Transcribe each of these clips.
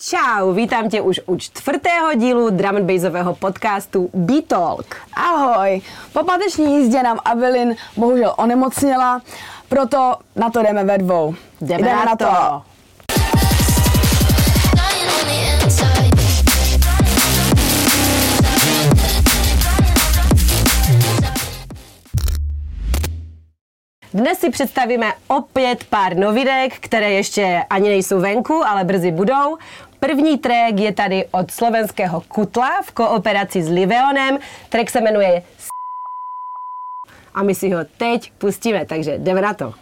Čau, vítám tě už u 4. dílu drum and bassového podcastu Beatalk. Ahoj, po páteční jízdě nám Avelin bohužel onemocněla, proto na to jdeme ve dvou. Jdeme na to. Dnes si představíme opět pár novinek, které ještě ani nejsou venku, ale brzy budou. První track je tady od slovenského Kutla v kooperaci s Liveonem. Track se jmenuje a my si ho teď pustíme, takže jdeme na to.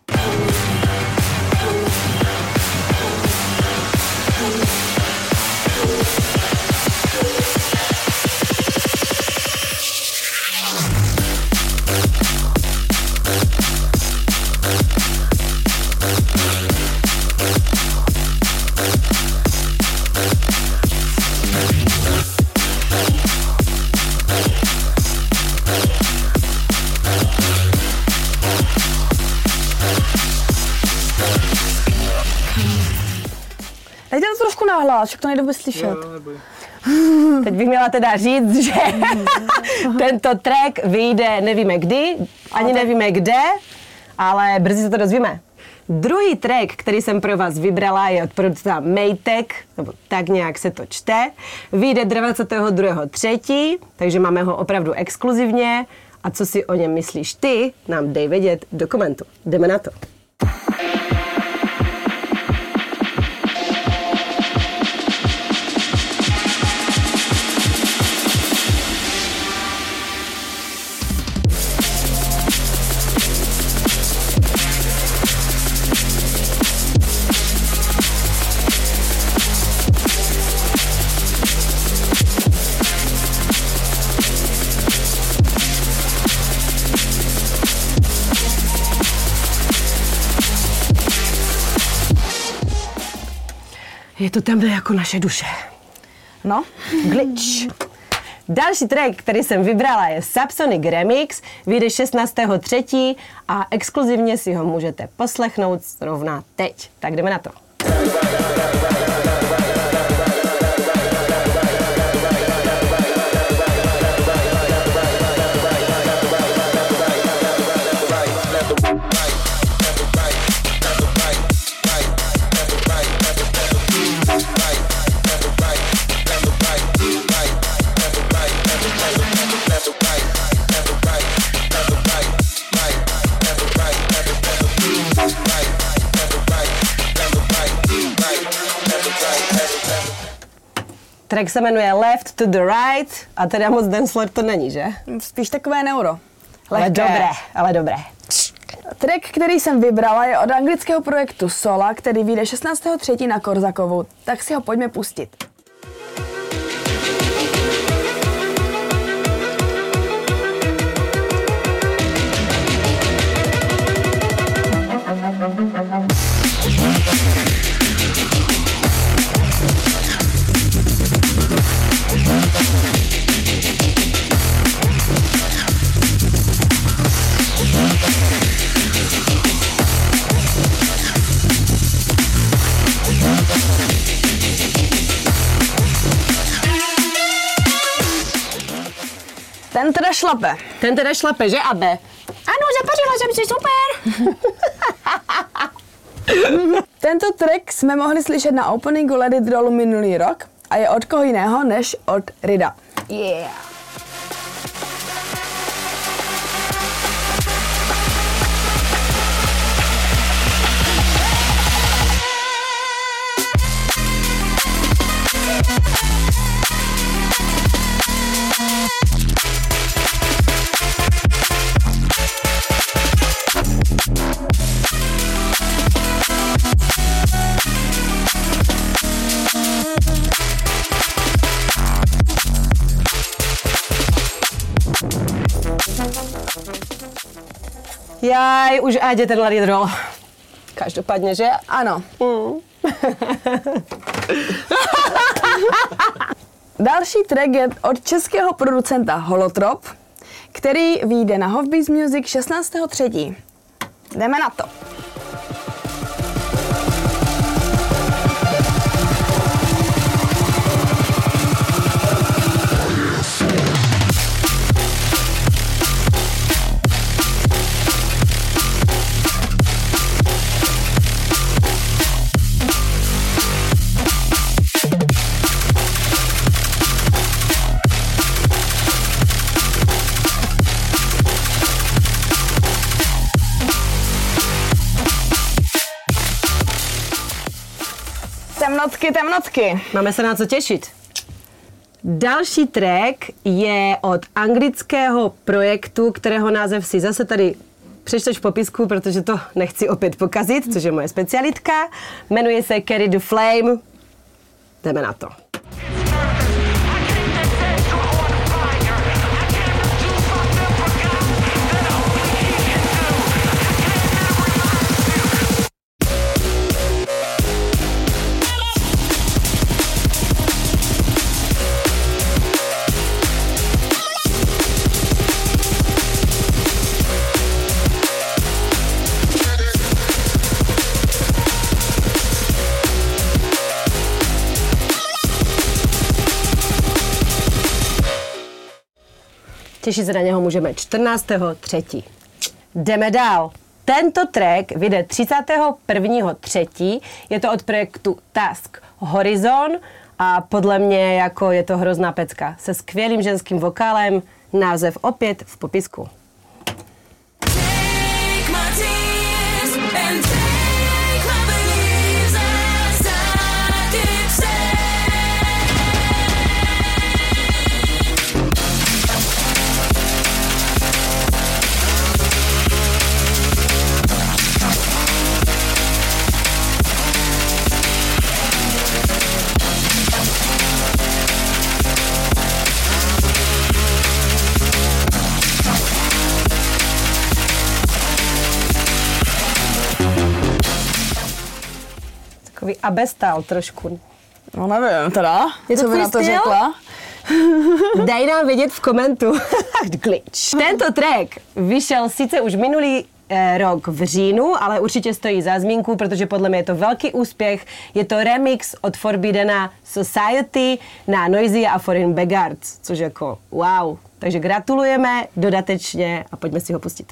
Dejte to trošku nahlas, však to nejde vůbec slyšet. Teď bych měla teda říct, že tento track vyjde nevíme kdy, ani nevíme kde, ale brzy se to dozvíme. Druhý track, který jsem pro vás vybrala, je od producenta Maytek, nebo tak nějak se to čte. Vyjde 22.3., takže máme ho opravdu exkluzivně. A co si o něm myslíš ty, nám dej vědět do komentu. Jdeme na to. Je to temné jako naše duše. No. Glitch. Další track, který jsem vybrala, je Subsonic Remix, vyjde 16.3. a exkluzivně si ho můžete poslechnout zrovna teď. Tak jdeme na to. Track se jmenuje Left to the Right a teda moc dancefloor to není, že? Spíš takové neuro. Ale dobré. Track, který jsem vybrala, je od anglického projektu Sola, který vyjde 16.3. na Korzakovu. Tak si ho pojďme pustit. Ten teda šlape, že Abe? Ano, zapařila jsem si, super! Tento track jsme mohli slyšet na openingu Let It Roll minulý rok a je od koho jiného než od Rida. Yeah! Jaj, už ať je ten Let It Roll. Každopádně, že? Ano. Další track je od českého producenta Holotrop, který vyjde na Hofbeats Music 16.3. Jdeme na to. Temnotky, temnotky. Máme se na co těšit. Další track je od anglického projektu, kterého název si zase tady přečteš v popisku, protože to nechci opět pokazit, což je moje specialitka. Jmenuje se Carry the Flame. Jdeme na to. Těšit se na něho můžeme 14.3. Jdeme dál. Tento track vyjde 31.3. Je to od projektu Task Horizon a podle mě jako je to hrozná pecka. Se skvělým ženským vokálem, název opět v popisku. Takový abestal trošku. No nevím teda, je to co by na to styl? řekla. Dej nám vědět v komentu. Glitch. Tento track vyšel sice už minulý rok v říjnu, ale určitě stojí za zmínku, protože podle mě je to velký úspěch. Je to remix od Forbiddena Society na Noisy a Foreign Beggars, což jako wow. Takže gratulujeme dodatečně a pojďme si ho pustit.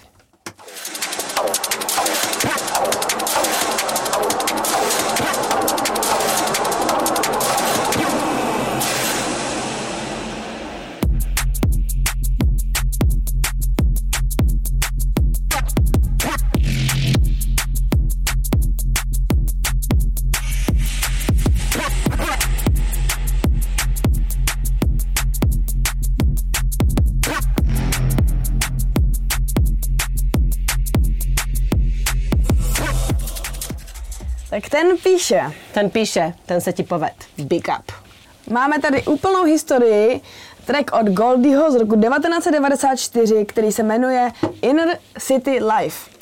Tak ten píše. Ten se ti poved. Big up. Máme tady úplnou historii, track od Goldieho z roku 1994, který se jmenuje Inner City Life.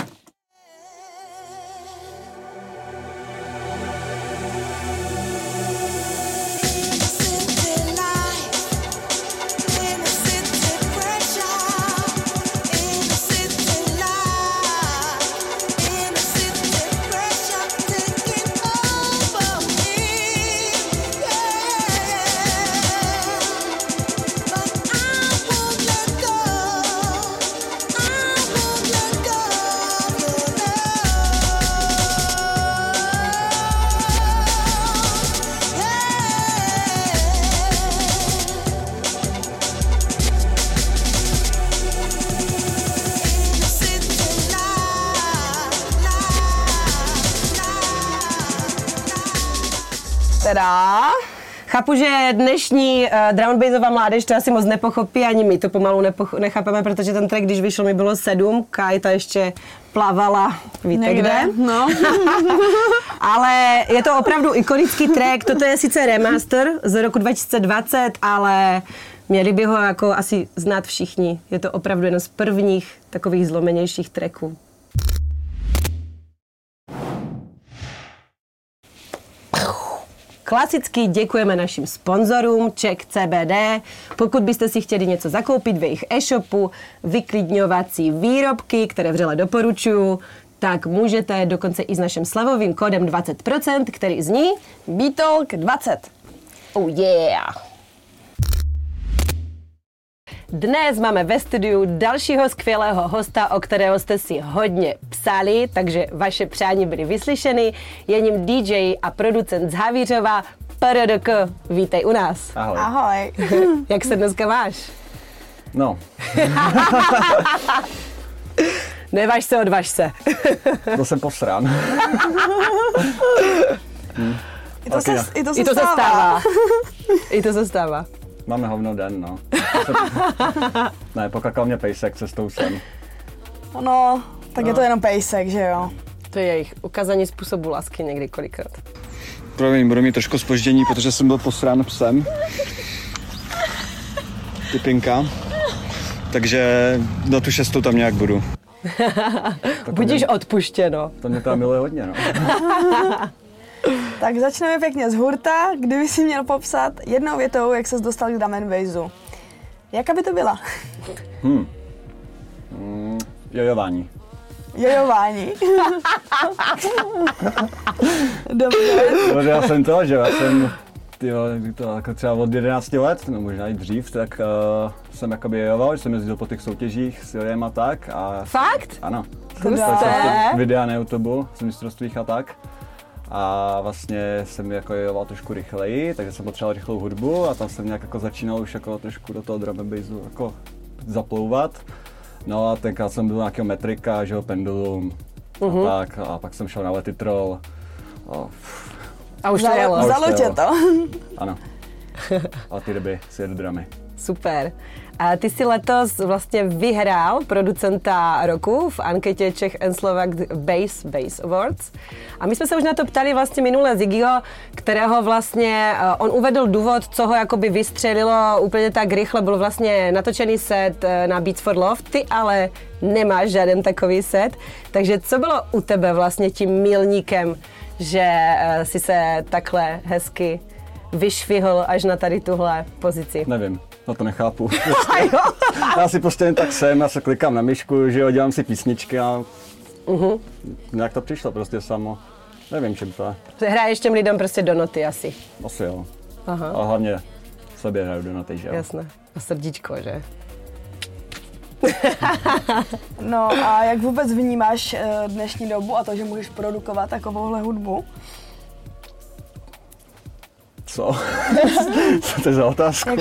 Teda... Chápu, že dnešní drum bassová mládež to asi moc nepochopí, ani my to pomalu nechápeme, protože ten track, když vyšel, mi bylo 7, Kajta ještě plavala, víte někde, kde? No. Ale je to opravdu ikonický track, toto je sice remaster z roku 2020, ale měli by ho jako asi znát všichni. Je to opravdu jeden z prvních takových zlomenějších tracků. Klasicky děkujeme našim sponzorům Czech CBD. Pokud byste si chtěli něco zakoupit v jejich e-shopu, vyklidňovací výrobky, které vřele doporučuju, tak můžete dokonce i s naším slevovým kódem 20%, který zní BeatTalk20. Oh yeah! Dnes máme ve studiu dalšího skvělého hosta, o kterého jste si hodně psali, takže vaše přání byly vyslyšeny. Je ním DJ a producent z Havířova, PRDK. Vítej u nás. Ahoj. Ahoj. Jak se dneska máš? No. Nevaž se, odvaž se. To jsem posrán. I to se stává. I to se stává. Máme hovno den, no. Ne, pokakal mě pejsek cestou sem. No, tak je to jenom pejsek, že jo? To je jejich ukázání způsobu lásky někdy kolikrát. Promiň, budu mít trošku zpoždění, protože jsem byl posrán psem. Typinka. Takže na tu 6. tam nějak budu. Budíš odpuštěno. To mě tam miluje hodně, no. Tak začneme pěkně z hurta. Kdyby si měl popsat jednou větou, jak ses dostal k drum and bassu. Jaká by to byla? Jojování. Jojování. Dobře. Protože já jsem jako třeba od 11 let, no možná i dřív, tak jsem jakoby jojoval, že jsem jezdil po těch soutěžích s jojem a tak. A Fakt? Ano. To Videa na YouTube z mistrovstvích a tak. A vlastně jsem jako jojoval trošku rychleji, takže jsem potřeboval rychlou hudbu a tam jsem nějak jako začínal už jako trošku do toho drum and bassu jako zaplouvat. No a tenkrát jsem byl nějakého metrika, že jo, pendulum a tak, a pak jsem šel na letitrol. A už to jelo. Vzalo tě to. Ano. A od té doby si jedu drumy. Super. A ty jsi letos vlastně vyhrál producenta roku v anketě Czech and Slovak Bass Awards. A my jsme se už na to ptali vlastně minule Ziggyho, kterého vlastně on uvedl důvod, co ho jakoby vystřelilo úplně tak rychle, byl vlastně natočený set na Beats for Love, ty ale nemáš žádný takový set, takže co bylo u tebe vlastně tím milníkem, že si se takhle hezky vyšvihl až na tady tuhle pozici? Nevím. No to nechápu. Já si prostě jen tak jsem, já se klikám na myšku, že jo, dělám si písničky a nějak to přišlo prostě samo. Nevím, čím to je. Hraješ těm lidem prostě do noty asi. Asi jo. Aha. A hlavně sobě hraju do noty, že jo. Jasné. A srdíčko, že? No a jak vůbec vnímáš dnešní dobu a to, že můžeš produkovat takovouhle hudbu? Co? Co to je za otázku?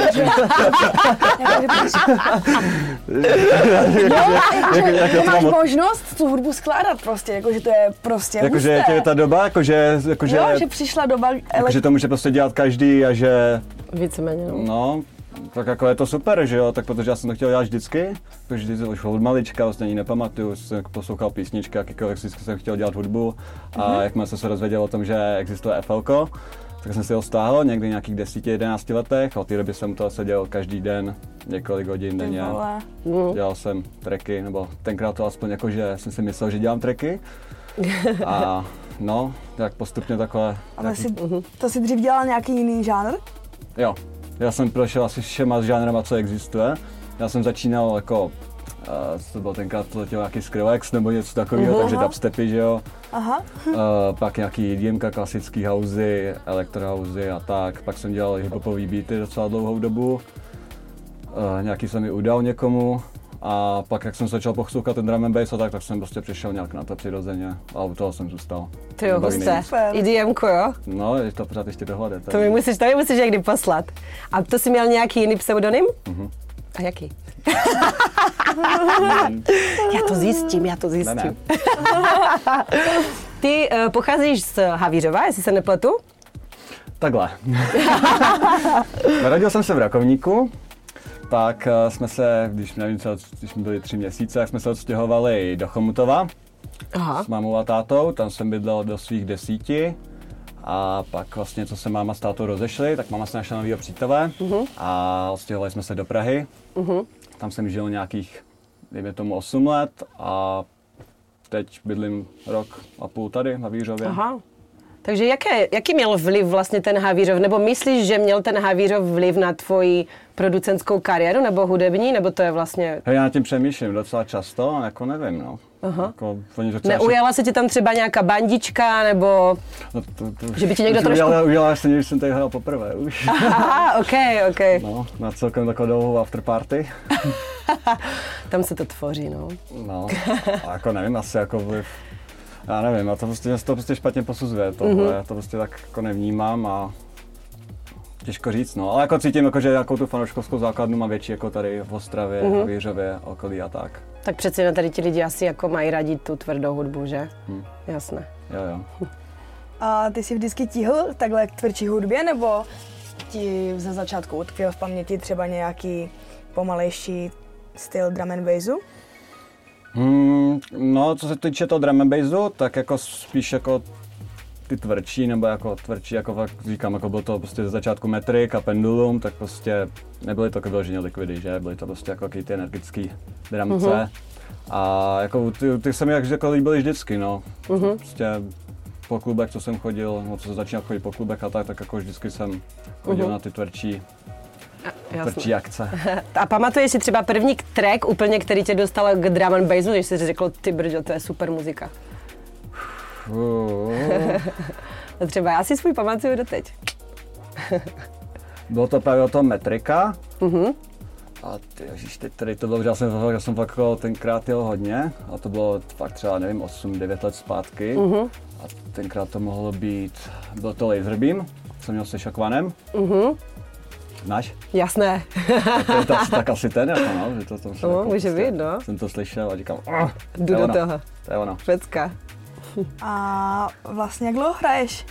Máš možnost tu hudbu skládat prostě, jakože to je prostě jakože je ta doba, jakože jo, že přišla doba... Jakože to může prostě dělat každý a že... Víceméně, no. No, tak jako je to super, že jo, tak protože já jsem to chtěl dělat vždycky, protože už od malička vlastně ani nepamatuju, jsem poslouchal písničky, jakýkoliv vždycky jsem chtěl dělat hudbu a jakmile jsem se dozvěděl o tom, že existuje FLko, tak jsem si ho stáhl někdy nějakých 10-11 letech a od té doby jsem to seděl každý den, několik hodin denně. Dělal jsem tracky, nebo tenkrát to aspoň jako, že jsem si myslel, že dělám tracky. A no, tak postupně takhle. A to si dřív dělal nějaký jiný žánr? Jo, já jsem prošel asi všema žánrama, co existuje. Já jsem začínal jako, to byl tenkrát to nějaký Skrillex nebo něco takového, takže dubstepy, že jo. Aha. Pak nějaký EDMka, klasický housey, elektrohousey a tak. Pak jsem dělal hiphopový beaty docela dlouhou dobu. Nějaký jsem mi udal někomu. A pak, jak jsem začal poslouchat ten drum and bass a tak jsem prostě přišel nějak na to přirozeně a u toho jsem zůstal. Ty jo, hosté. EDMko, jo? No, je to pořád ještě dohledat. To mi musíš někdy poslat. A to jsi měl nějaký jiný pseudonym? A jaký? Já to zjistím. Ne. Ty pocházíš z Havířova, jestli se nepletu? Takhle. Narodil jsem se v Rakovníku, pak jsme se, když mi byly 3 měsíce, tak jsme se odstěhovali do Chomutova. Aha. S mámou a tátou, tam jsem bydlel do svých 10. A pak vlastně, co se máma s tátou rozešli, tak máma se našla novýho přítele a odstěhovali jsme se do Prahy. Tam jsem žil nějakých, dejme tomu 8 let a teď bydlím 1,5 roku tady v Havířově. Aha. Takže jaký měl vliv vlastně ten Havířov? Nebo myslíš, že měl ten Havířov vliv na tvoji producentskou kariéru nebo hudební? Nebo to je vlastně... Já nad tím přemýšlím docela často, ale jako nevím, no. Jako, neujala se ti tam třeba nějaká bandička, nebo no že by ti někdo trošku... Udělala jsem, když jsem tady hrál poprvé už. Aha, ok. No, na celkem takovou dlouhou afterparty. Tam se to tvoří, no. No, a jako nevím, asi jako vliv. Já nevím, a to prostě špatně posuzuje tohle, já to prostě tak jako nevnímám a těžko říct, no. Ale jako cítím, jako, že nějakou tu fanouškovskou základnu má větší jako tady v Ostravě, Havířově, okolí a tak. Tak přeci na tady ti lidi asi jako mají radit tu tvrdou hudbu, že? Jasné. Jo. A ty jsi vždycky tíhl takhle k tvrdší hudbě, nebo ti ze začátku utkvěl v paměti třeba nějaký pomalejší styl drum and bassu? No, co se týče toho drum and bassu, tak jako spíš jako ty tvrdší, nebo jako tvrdší, jako fakt říkám, jako bylo to prostě ze začátku Metric a Pendulum, tak prostě nebyly to vyloženě Liquidy, že? Byly to prostě jako ty energický drumce. A jako ty se mi jako líbily vždycky, no. Prostě po klubech, co jsem chodil, no, co jsem začínal chodit po klubech a tak jako vždycky jsem chodil na ty tvrdší akce. A pamatuješ si třeba první track úplně, který tě dostal k drum and bassu, když jsi řekl, ty brďo, to je super muzika. No třeba já si svůj pamatuju doteď. Bylo to právě o tom Metrika. A ty ježiš, teď tady to bylo, že já jsem fakt tenkrát jel hodně a to bylo fakt třeba, nevím, 8-9 let zpátky. A tenkrát to mohlo být, byl to Laserbeam, jsem měl se Shokvanem. Znáš? Jasné. tak asi ten, jako no, že to jsem může prostě, být, no. Jsem to slyšel a říkám, jdu do toho. To je ono. Pecka. A vlastně jak dlouho hraješ?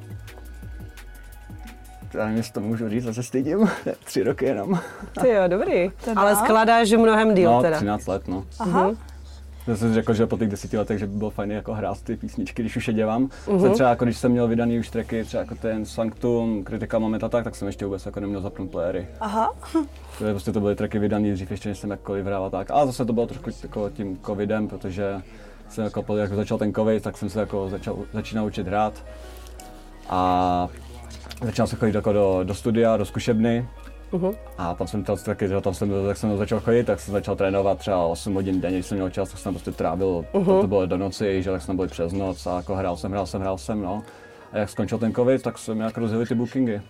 Já nevím, jestli to můžu říct, zase stydím. 3 roky jenom. Ty jo, dobrý. Ale skládáš mnohem díl no, teda. 13 let, no. Aha. Já jsem řekl, že po těch 10 letech, že by bylo fajn jako hrát ty písničky, když už je dělám. Třeba jako když jsem měl vydaný už tracky, třeba jako ten Sanctum, Kritika Moment a tak jsem ještě vůbec jako neměl zapnout playery. Aha. Prostě to byly tracky vydaný dřív, ještě než jsem jakkoliv hrál a tak. A zase to bylo trošku jako tím covidem, protože jsem jako začal ten covid, tak jsem se jako začínal učit hrát. A začal jsem chodit jako do studia, do zkušebny. A tam jsem jak jsem začal chodit, tak jsem začal trénovat třeba 8 hodin denně, když jsem měl čas, tak jsem prostě trávil, to bylo do noci, že tak jsme byli přes noc a jako hrál jsem, no. A jak skončil ten covid, tak jsem nějak rozjeli ty bookingy.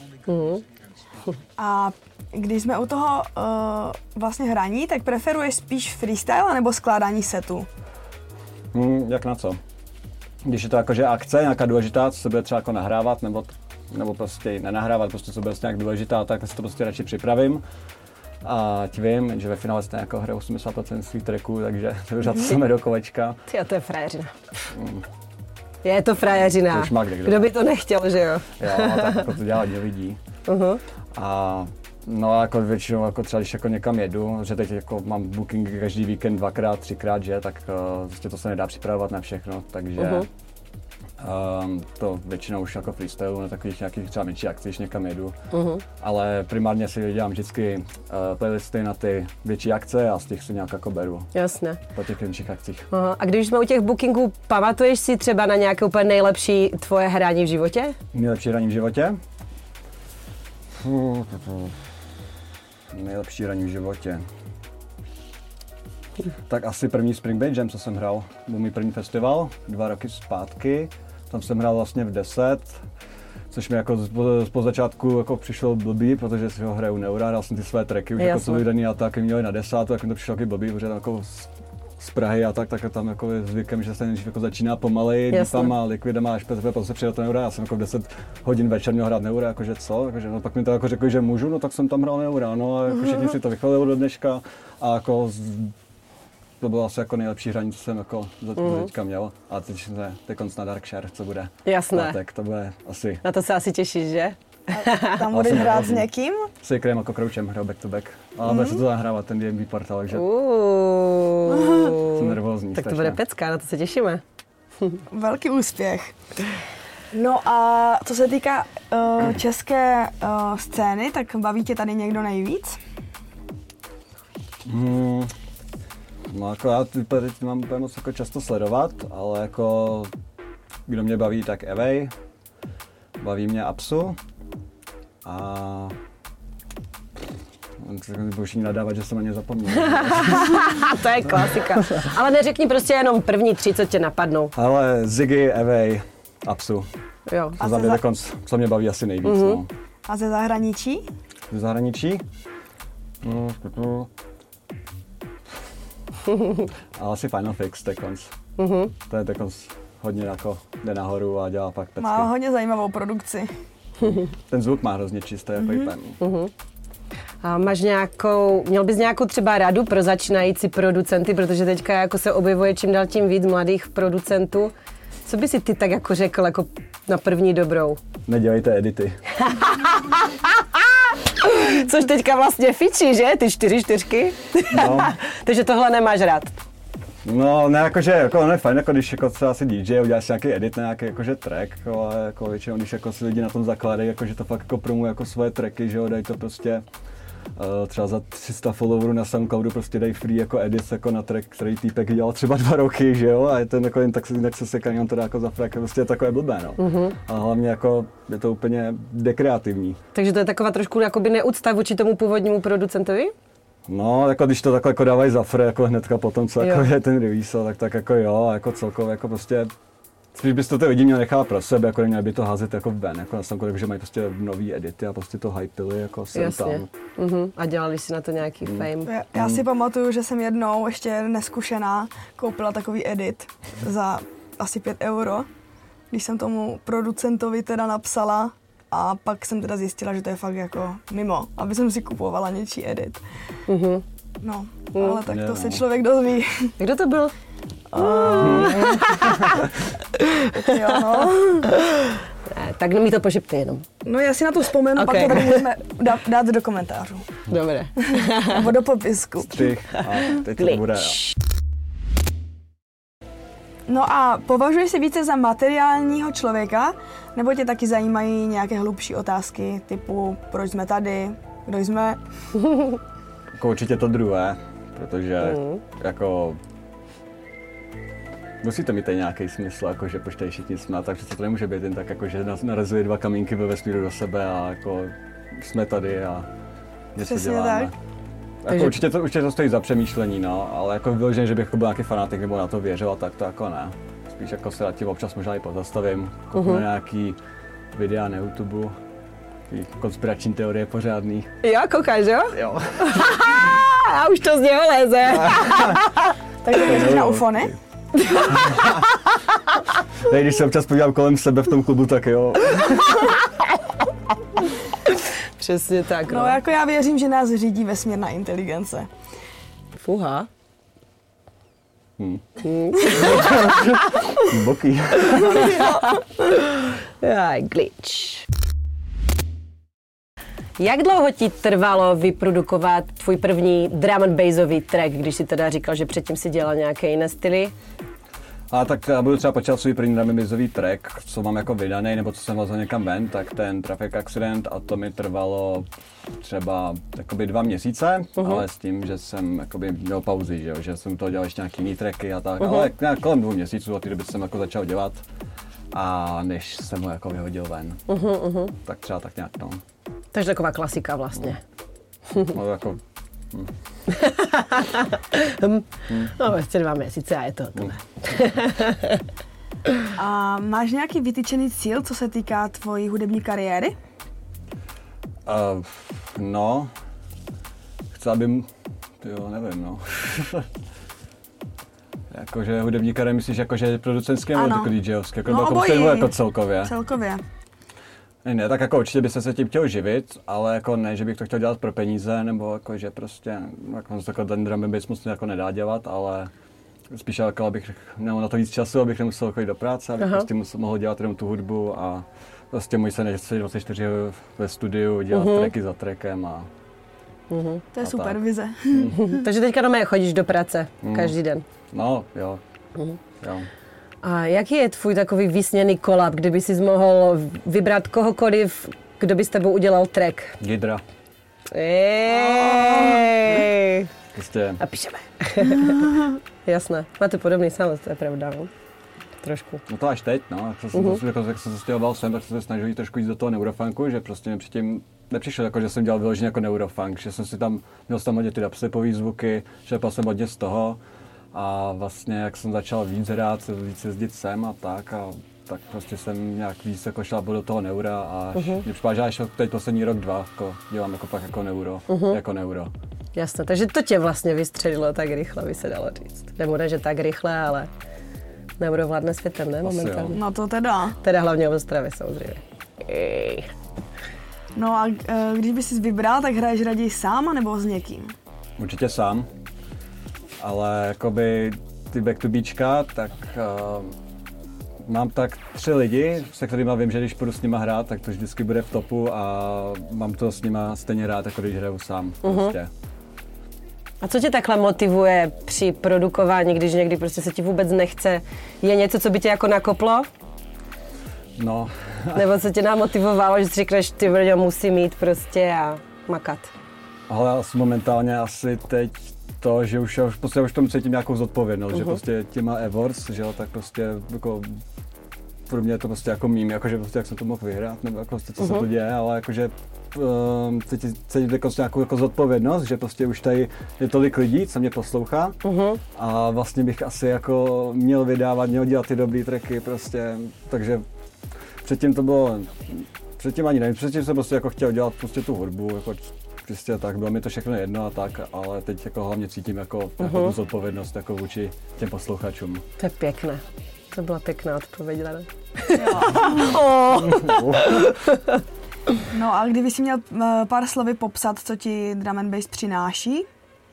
A když jsme u toho vlastně hraní, tak preferuješ spíš freestyle nebo skládání setu? Jak na co? Když je to jakože akce, nějaká důležitá, co se bude třeba jako nahrávat, nebo prostě nenahrávat, prostě co bude nějak důležitá, tak si to prostě radši připravím. A vím, že ve finále jste jako hraje 80% svých tracků, takže to už jsme do kolečka. Tyjo, to je frajeřina. Je to frajeřina. Kdo by to nechtěl, že jo? Jo, tak jako to dělá hodně lidí. A no jako většinou jako třeba když jako někam jedu, že teď jako mám booking každý víkend 2x, 3x, že, tak prostě to se nedá připravovat na všechno, takže to většinou už jako freestyle na takových nějakých třeba menších akcích, když někam jedu. Ale primárně si dělám vždycky playlisty na ty větší akce a z těch si nějak jako beru. Jasně. Po těch menších akcích. A když jsme u těch bookingů, pamatuješ si třeba na nějaké úplně nejlepší tvoje hraní v životě? Nejlepší hraní v životě? Nejlepší hraní v životě. Tak asi první Spring Bay Jam, co jsem hrál. Byl můj první festival, 2 roky zpátky. Tam jsem hrál vlastně v 10, což mi jako po začátku jako přišlo blbý, protože si ho hraju neura, hrál jsem ty své tracky, už jako co vydaný a tak měli na 10, tak mi to přišlo taky blbý, protože tam jako z Prahy a tak tam jako je zvykem, že se nejdřív jako začíná pomaleji, deepama, liquidama, až potom se přijde to neura. Já jsem jako v 10 hodin večer měl hrát neura, jakože co, jakože, no, pak mi to jako řekli, že můžu, no tak jsem tam hrál neura, no a jako všichni si to vychvalili do dneška a jako to bylo asi jako nejlepší hraní, co jsem jako teďka měl. A teď na Dark Share, co bude. Jasné. Tak to bude asi. Na to se asi těšíš, že? A tam budeš hrát s někým? S Ikrem jako Crouchem hrál back to back. Ale bude se to nahrávat, ten DMV portal, takže jsem nervózní. Tak to bude pecka, na to se těšíme. Velký úspěch. No a co se týká české scény, tak baví tě tady někdo nejvíc? No jako já teď mám úplně moc jako často sledovat, ale jako kdo mě baví, tak Evej, baví mě Apsu a budu jí nadávat, že jsem na ně zapomněl. To je klasika. Ale neřekni prostě jenom první 3, co tě napadnou. Ale Ziggy, Evej, Apsu. Jo. Co mě baví asi nejvíc. No. A ze zahraničí? Ze zahraničí? Ale asi Final Fix tekonc. To je tekonc hodně jako jde nahoru a dělá pak pecky. Má hodně zajímavou produkci. Ten zvuk má hrozně čistý jako IPM. A měl bys nějakou třeba radu pro začínající producenty, protože teďka jako se objevuje čím dál tím víc mladých producentů. Co by si ty tak jako řekl jako na první dobrou? Nedělejte edity. Což teďka vlastně fičí, že? Ty 4 No. Takže tohle nemáš rád. No, ne, jakože, jako, ono je fajn, jako když jako třeba si DJ, uděláš si nějaký edit na nějaký jakože track, ale jako většinou, když jako si lidi na tom zakládají, jakože to fakt jako promuje jako svoje tracky, že jo, dají to prostě třeba za 300 followerů na SoundCloudu prostě dají free jako edit jako na track, který týpek dělal třeba 2 roky, že jo, a je to jako jen tak se sekaný, on to dá jako za frag, prostě je takové blbé, no. A hlavně jako je to úplně dekreativní. Takže to je taková trošku jakoby neúcta vůči tomu původnímu producentovi? No, jako když to takhle jako dávají za free, jako hnedka potom, co jako je ten release, tak jako jo, jako celkově jako prostě spíš bys to ty lidi měl nechat pro sebe, jako neměli by to házet jako ven, jako na samkou, že mají prostě nový edity a prostě to hypili jako sem tam. A dělali si na to nějaký fame. Já si pamatuju, že jsem jednou ještě neskušená koupila takový edit za asi 5 €, když jsem tomu producentovi teda napsala a pak jsem teda zjistila, že to je fakt jako mimo, aby jsem si kupovala něčí edit. No, ale tak to se člověk dozví. Kdo to byl? Jo, no. Ne, tak mi to pošipte jenom. No já si na to vzpomenu, Okay. pak to tady můžeme dát do komentářů. Dobré. Nebo do popisku. Střih a teď to bude, jo. No a považuješ se více za materiálního člověka, nebo tě taky zajímají nějaké hlubší otázky, typu proč jsme tady, kdo jsme? Jako určitě to druhé, protože jako musíte mít tady nějaký smysl, jako že proč tady všichni jsme, takže to nemůže být jen tak, jako že narazili 2 kamínky ve vesmíru do sebe a jako jsme tady a něco Přesně děláme. tak. Jako určitě to stojí za přemýšlení, no, ale jako vyloženě, že bych byl nějaký fanatik nebo na to věřil, tak to jako ne. Spíš jako se nad tím občas možná i pozastavím, kouknu na nějaký videa na YouTube, konspirační teorie pořádný. Jo, koukáš, jo? Jo. A už to z něho leze. Takže věříš na ufony? Teď, když se občas podívám kolem sebe v tom klubu, tak jo. Přesně tak, No jako já věřím, že nás řídí vesmírná inteligence. Fuha. Boky. Jaj, glitch. Jak dlouho ti trvalo vyprodukovat tvůj první drum and bassový track, když si teda říkal, že předtím si dělal nějaké jiné styly? A tak já budu třeba počítat svůj první drum track, co mám jako vydaný, nebo co jsem vozil někam ven, tak ten Traffic Accident a to mi trvalo třeba jakoby 2 měsíce, ale s tím, že jsem jakoby měl pauzy, že jsem toho dělal ještě nějaký jiný tracky a tak, ale nějak kolem 2 měsíců od té doby jsem jako začal dělat a než jsem ho jako vyhodil ven, tak třeba tak nějak no. Takže taková klasika vlastně. No jako... No vlastně 2 měsíce a je to tohle. A máš nějaký vytyčený cíl, co se týká tvojí hudební kariéry? No, chci, abym, jo, nevím, no. Jakože hudební kariéra, myslíš, jakože producentské nebo jako DJovské, jako, no, jako celkově? Celkově. Ne, tak jako určitě bych se tím chtěl živit, ale jako ne, že bych to chtěl dělat pro peníze, nebo jako, že prostě, jako ten drum and bass moc jako nedá dělat, ale spíš jako, abych měl na to víc času, abych nemusel chodit do práce, abych prostě mohl dělat jenom tu hudbu a prostě můj se nesedět 24 ve studiu, dělat tracky za trackem a... To je a super tak. vize. Takže teďka doma chodíš do práce každý den. No, jo. Jo. A jaký je tvůj takový vysněný kolab, kdyby jsi mohl vybrat kohokoliv, kdo by s tebou udělal track? Gidra. Prostě. A píšeme. Jasné. Máte podobný sound, to je pravda, no? Trošku. No to až teď, no. Jak jsem se stěhoval sem, tak jsem se snažil jít trošku jít do toho neurofunku, že prostě mi předtím nepřišlo jako, že jsem dělal vyloženě jako neurofunk, že jsem si tam, měl jsem tam hodně ty dubstepový zvuky, čerpal jsem hodně z toho a vlastně jak jsem začal víc hrát, víc jezdit sem a tak prostě jsem nějak víc jako šel do toho neura a mě připadá, že až teď poslední rok, 2 jako dělám jako pak jako neuro. Jasné, takže to tě vlastně vystřelilo tak rychle, by se dalo říct. Nebo ne, že tak rychle, ale neuro vládne světem, ne, momentálně. No to teda. Teda hlavně v Ostravě samozřejmě. No a když bys si vybral, tak hraješ raději sám nebo s někým? Určitě sám, ale jakoby ty back to beachka, tak Mám tak 3 lidi, se kterými vím, že když půjdu s nima hrát, tak to vždycky bude v topu a mám to s nima stejně rád, jako když hraju sám. Prostě. A co tě takhle motivuje při produkování, když někdy prostě se ti vůbec nechce? Je něco, co by tě jako nakoplo? No. Nebo co tě namotivovalo, že si říkáš, ty brďo, musím jít prostě a makat? Ale asi momentálně asi teď to, že už v tom cítím nějakou zodpovědnost, že prostě těma awards, že jo, tak prostě jako pro mě je to prostě jako mím, jakože prostě jak jsem to mohl vyhrát, nebo jako prostě co se to děje, ale jakože cítím nějakou jako zodpovědnost, že prostě už tady je tolik lidí, co mě poslouchá a vlastně bych asi jako měl vydávat, měl dělat ty dobrý tracky prostě, takže předtím to bylo, předtím ani nevím, předtím jsem prostě jako chtěl dělat prostě tu hudbu, jako prostě tak, bylo mi to všechno jedno a tak, ale teď jako hlavně cítím jako tu zodpovědnost jako vůči těm posluchačům. To je pěkné. To byla pěkná odpověď, Lena. No a kdyby si měl pár slovy popsat, co ti drum and bass přináší?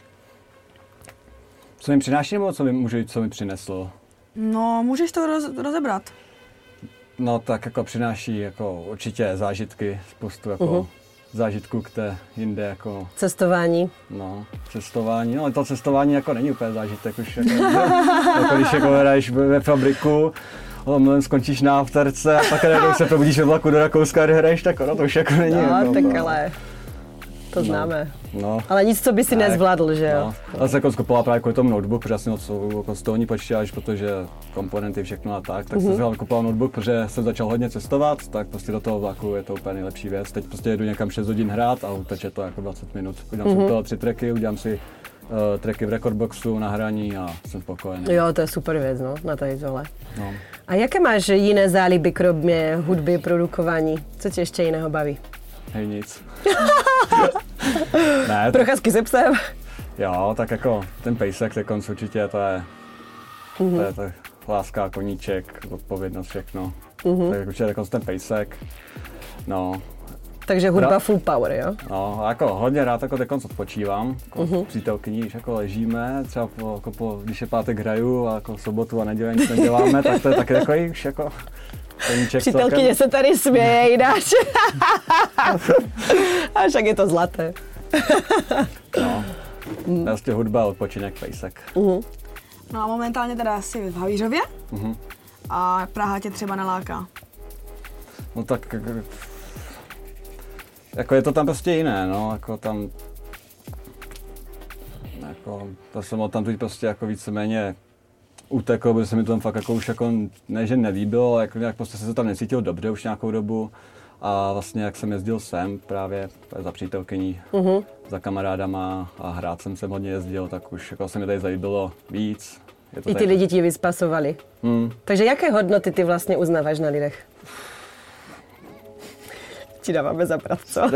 Co mi přináší nebo co mi přineslo? No, můžeš to rozebrat. No tak jako přináší jako určitě zážitky, spoustu jako zážitků, které jinde jako... Cestování. No, cestování, no ale to cestování jako není úplně zážitek už jako, jako když jako hraješ ve fabriku, skončíš na afterce a pak když se probudíš ve vlaku do Rakouska a hraješ, tak ono to už jako není. No, jako, tak ale to známe. No. Ale nic, co by si nezvládl, že jo? No. Ale se jako skoupila právě kvůli tomu notebook, protože já jsem jako stolní počítač, protože komponenty, všechno a tak jsem si koupil notebook, protože jsem začal hodně cestovat, tak prostě do toho vlaku je to úplně nejlepší věc. Teď prostě jedu někam 6 hodin hrát a uteče to jako 20 minut. Udělám si toho 3 tracky, udělám si tracky v recordboxu, na hraní a jsem spokojený. Jo, to je super věc, no, na tady tohle. No. A jaké máš jiné záliby, kromě hudby, produkování? Co tě ještě jiného baví? Hej, nic. Ne, Procházky se psem? Jo, tak jako ten pejsek, ten konc určitě, to je láska, koníček, odpovědnost, všechno. Tak určitě jako ten pejsek, no. Takže hudba full power, jo? No, jako hodně rád jako konc odpočívám, jako přítelkyní, když jako ležíme, třeba když je pátek hraju a jako sobotu a neděli nic neděláme, tak to je taky takový už jako koníček. Přítelkyně se tady směje, jináč. A však je to zlaté. No, vlastně hudba, odpočinek, pejsek. No a momentálně teda jsi v Havířově a Praha tě třeba naláká. No tak jako je to tam prostě jiné, no, jako tam jako to jsem od tam teď prostě jako víceméně utekl, protože se mi to tam fakt jako už jako ne, že nelíbilo, ale jako nějak prostě se tam necítil dobře už nějakou dobu a vlastně jak jsem jezdil sem právě za přítelkyní, za kamarádama a hrát jsem hodně jezdil, tak už jako se mi tady zalíbilo víc. Je to I ty lidi ti vyspasovali. Takže jaké hodnoty ty vlastně uznáváš na lidech? Ti dáváme zabrat, co?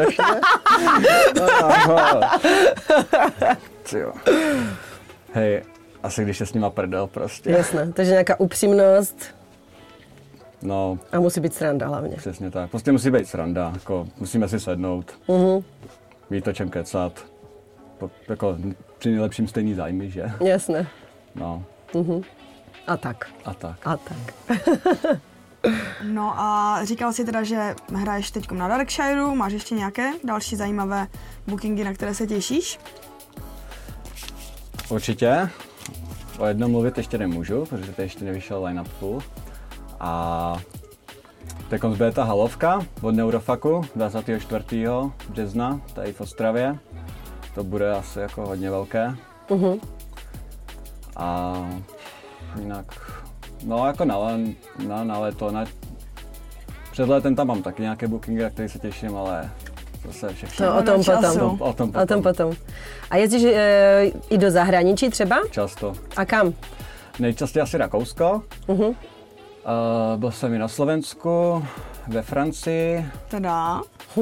Hej, asi když je s nima prdel prostě. Jasné, takže nějaká upřímnost. No. A musí být sranda hlavně. Přesně tak, prostě musí být sranda, jako musíme si sednout, mít o čem kecat, jako při nejlepším stejný zájmy, že? Jasné. No. A tak. A tak. A tak. No a říkal jsi teda, že hraješ teď na Darkshireu, máš ještě nějaké další zajímavé bookingy, na které se těšíš? Určitě. O jednom mluvit ještě nemůžu, protože to ještě nevyšel line-up full. A teď bude ta halovka od Neurofaku 24. března tady v Ostravě. To bude asi jako hodně velké. A jinak, no jako na léto, před létem tam mám taky nějaké bookingy, na které se těším, ale zase všechno. To o tom potom. A jezdíš i do zahraničí třeba? Často. A kam? Nejčastěji asi Rakousko. Byl jsem i na Slovensku, ve Francii. Teda?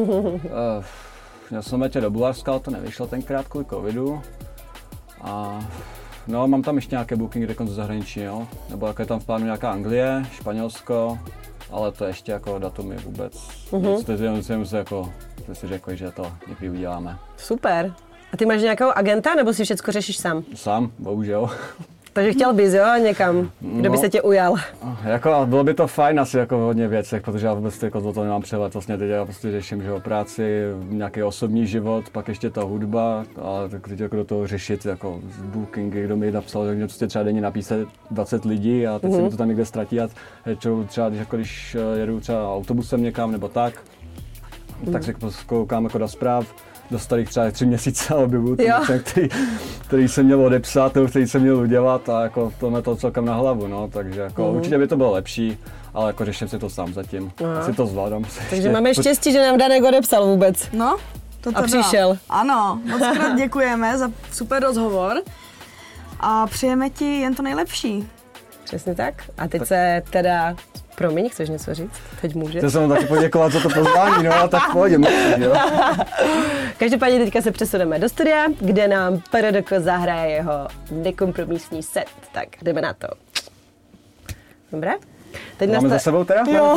Měl jsem letět do Bulharska, ale to nevyšlo tenkrát kvůli covidu. A no, mám tam ještě nějaké bookingy dokonce zahraničí, jo. Nebo jako je tam v plánu nějaká Anglie, Španělsko, ale to ještě jako datumy vůbec. Jsem se jako, si řekl, že to někdy uděláme. Super. A ty máš nějakého agenta, nebo si všechno řešíš sám? Sám, bohužel. Takže chtěl bys, jo, někam, kdo by se tě ujal? Jako, bylo by to fajn asi jako v hodně věcech, protože já vůbec jako to nemám přehled. Vlastně teď já prostě řeším, že o práci, nějaký osobní život, pak ještě ta hudba, ale tak teď jako do toho řešit jako bookingy, kdo mi napsal, že mě prostě třeba denně napíše 20 lidí a teď se mi to tam někde ztratí a třeba když jedu třeba autobusem někam nebo tak si koukám jako do zpráv, do starých třeba 3 měsíce objevu, který jsem měl odepsat, který jsem měl udělat a jako to mě to celkem na hlavu, no, takže jako určitě by to bylo lepší, ale jako řeším si to sám zatím, asi to zvládám. Takže máme štěstí, že nám Danek odepsal vůbec. No, to a přišel. Ano, moc krát děkujeme za super rozhovor a přejeme ti jen to nejlepší. Přesně tak. A teď se teda, promiň, chceš něco říct? Teď můžeš. Chtěl jsem taky poděkovat za to pozvání, no a tak pojď, jo. Každopádně teďka se přesuneme do studia, kde nám Perodoko zahraje jeho nekompromisní set. Tak jdeme na to. Dobré? Teď máme za sebou teda? Jo.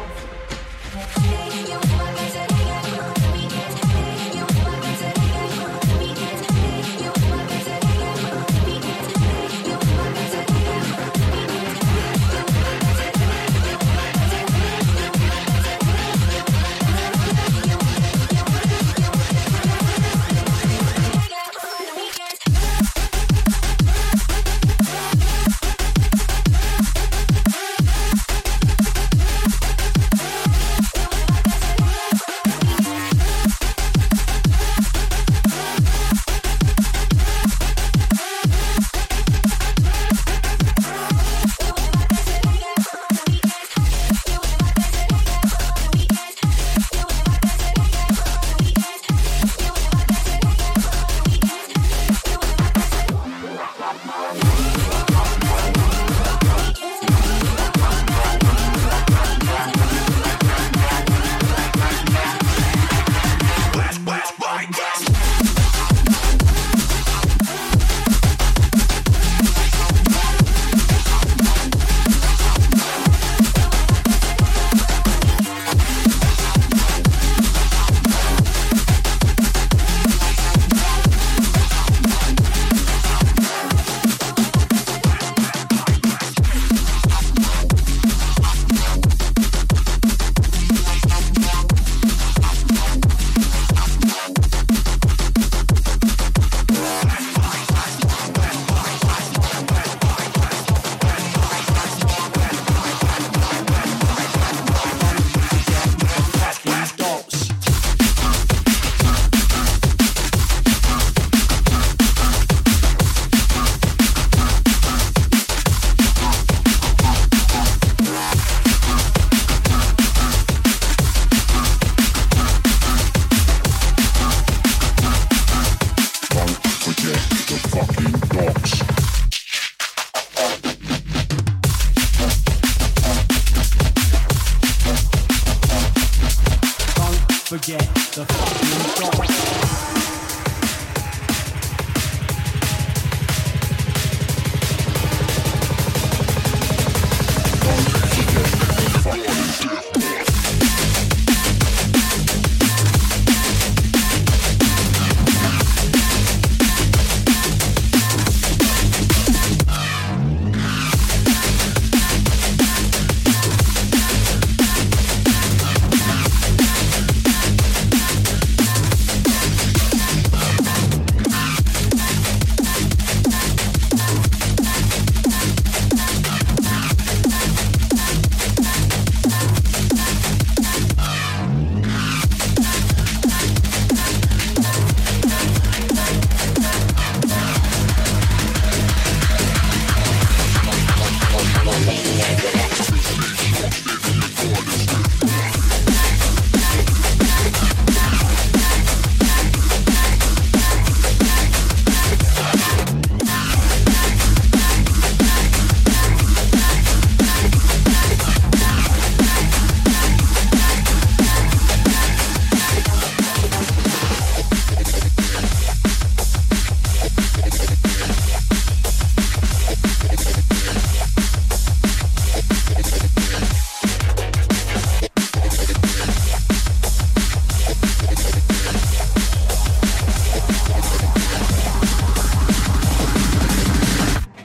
You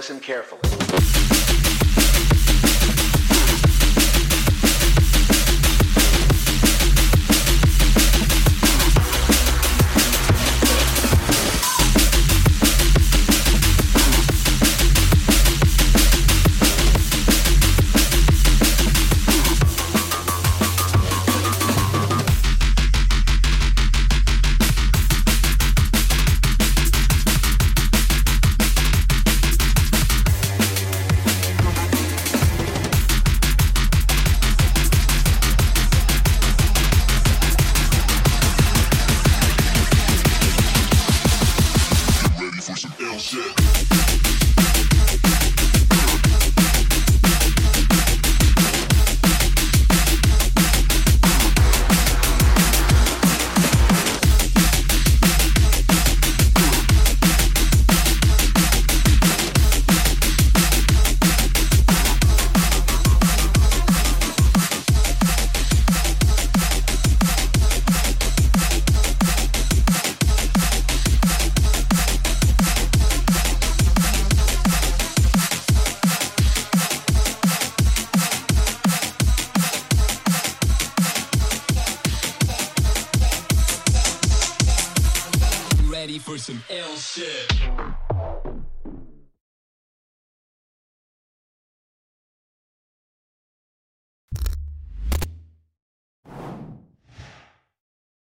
listen carefully. For some L shit.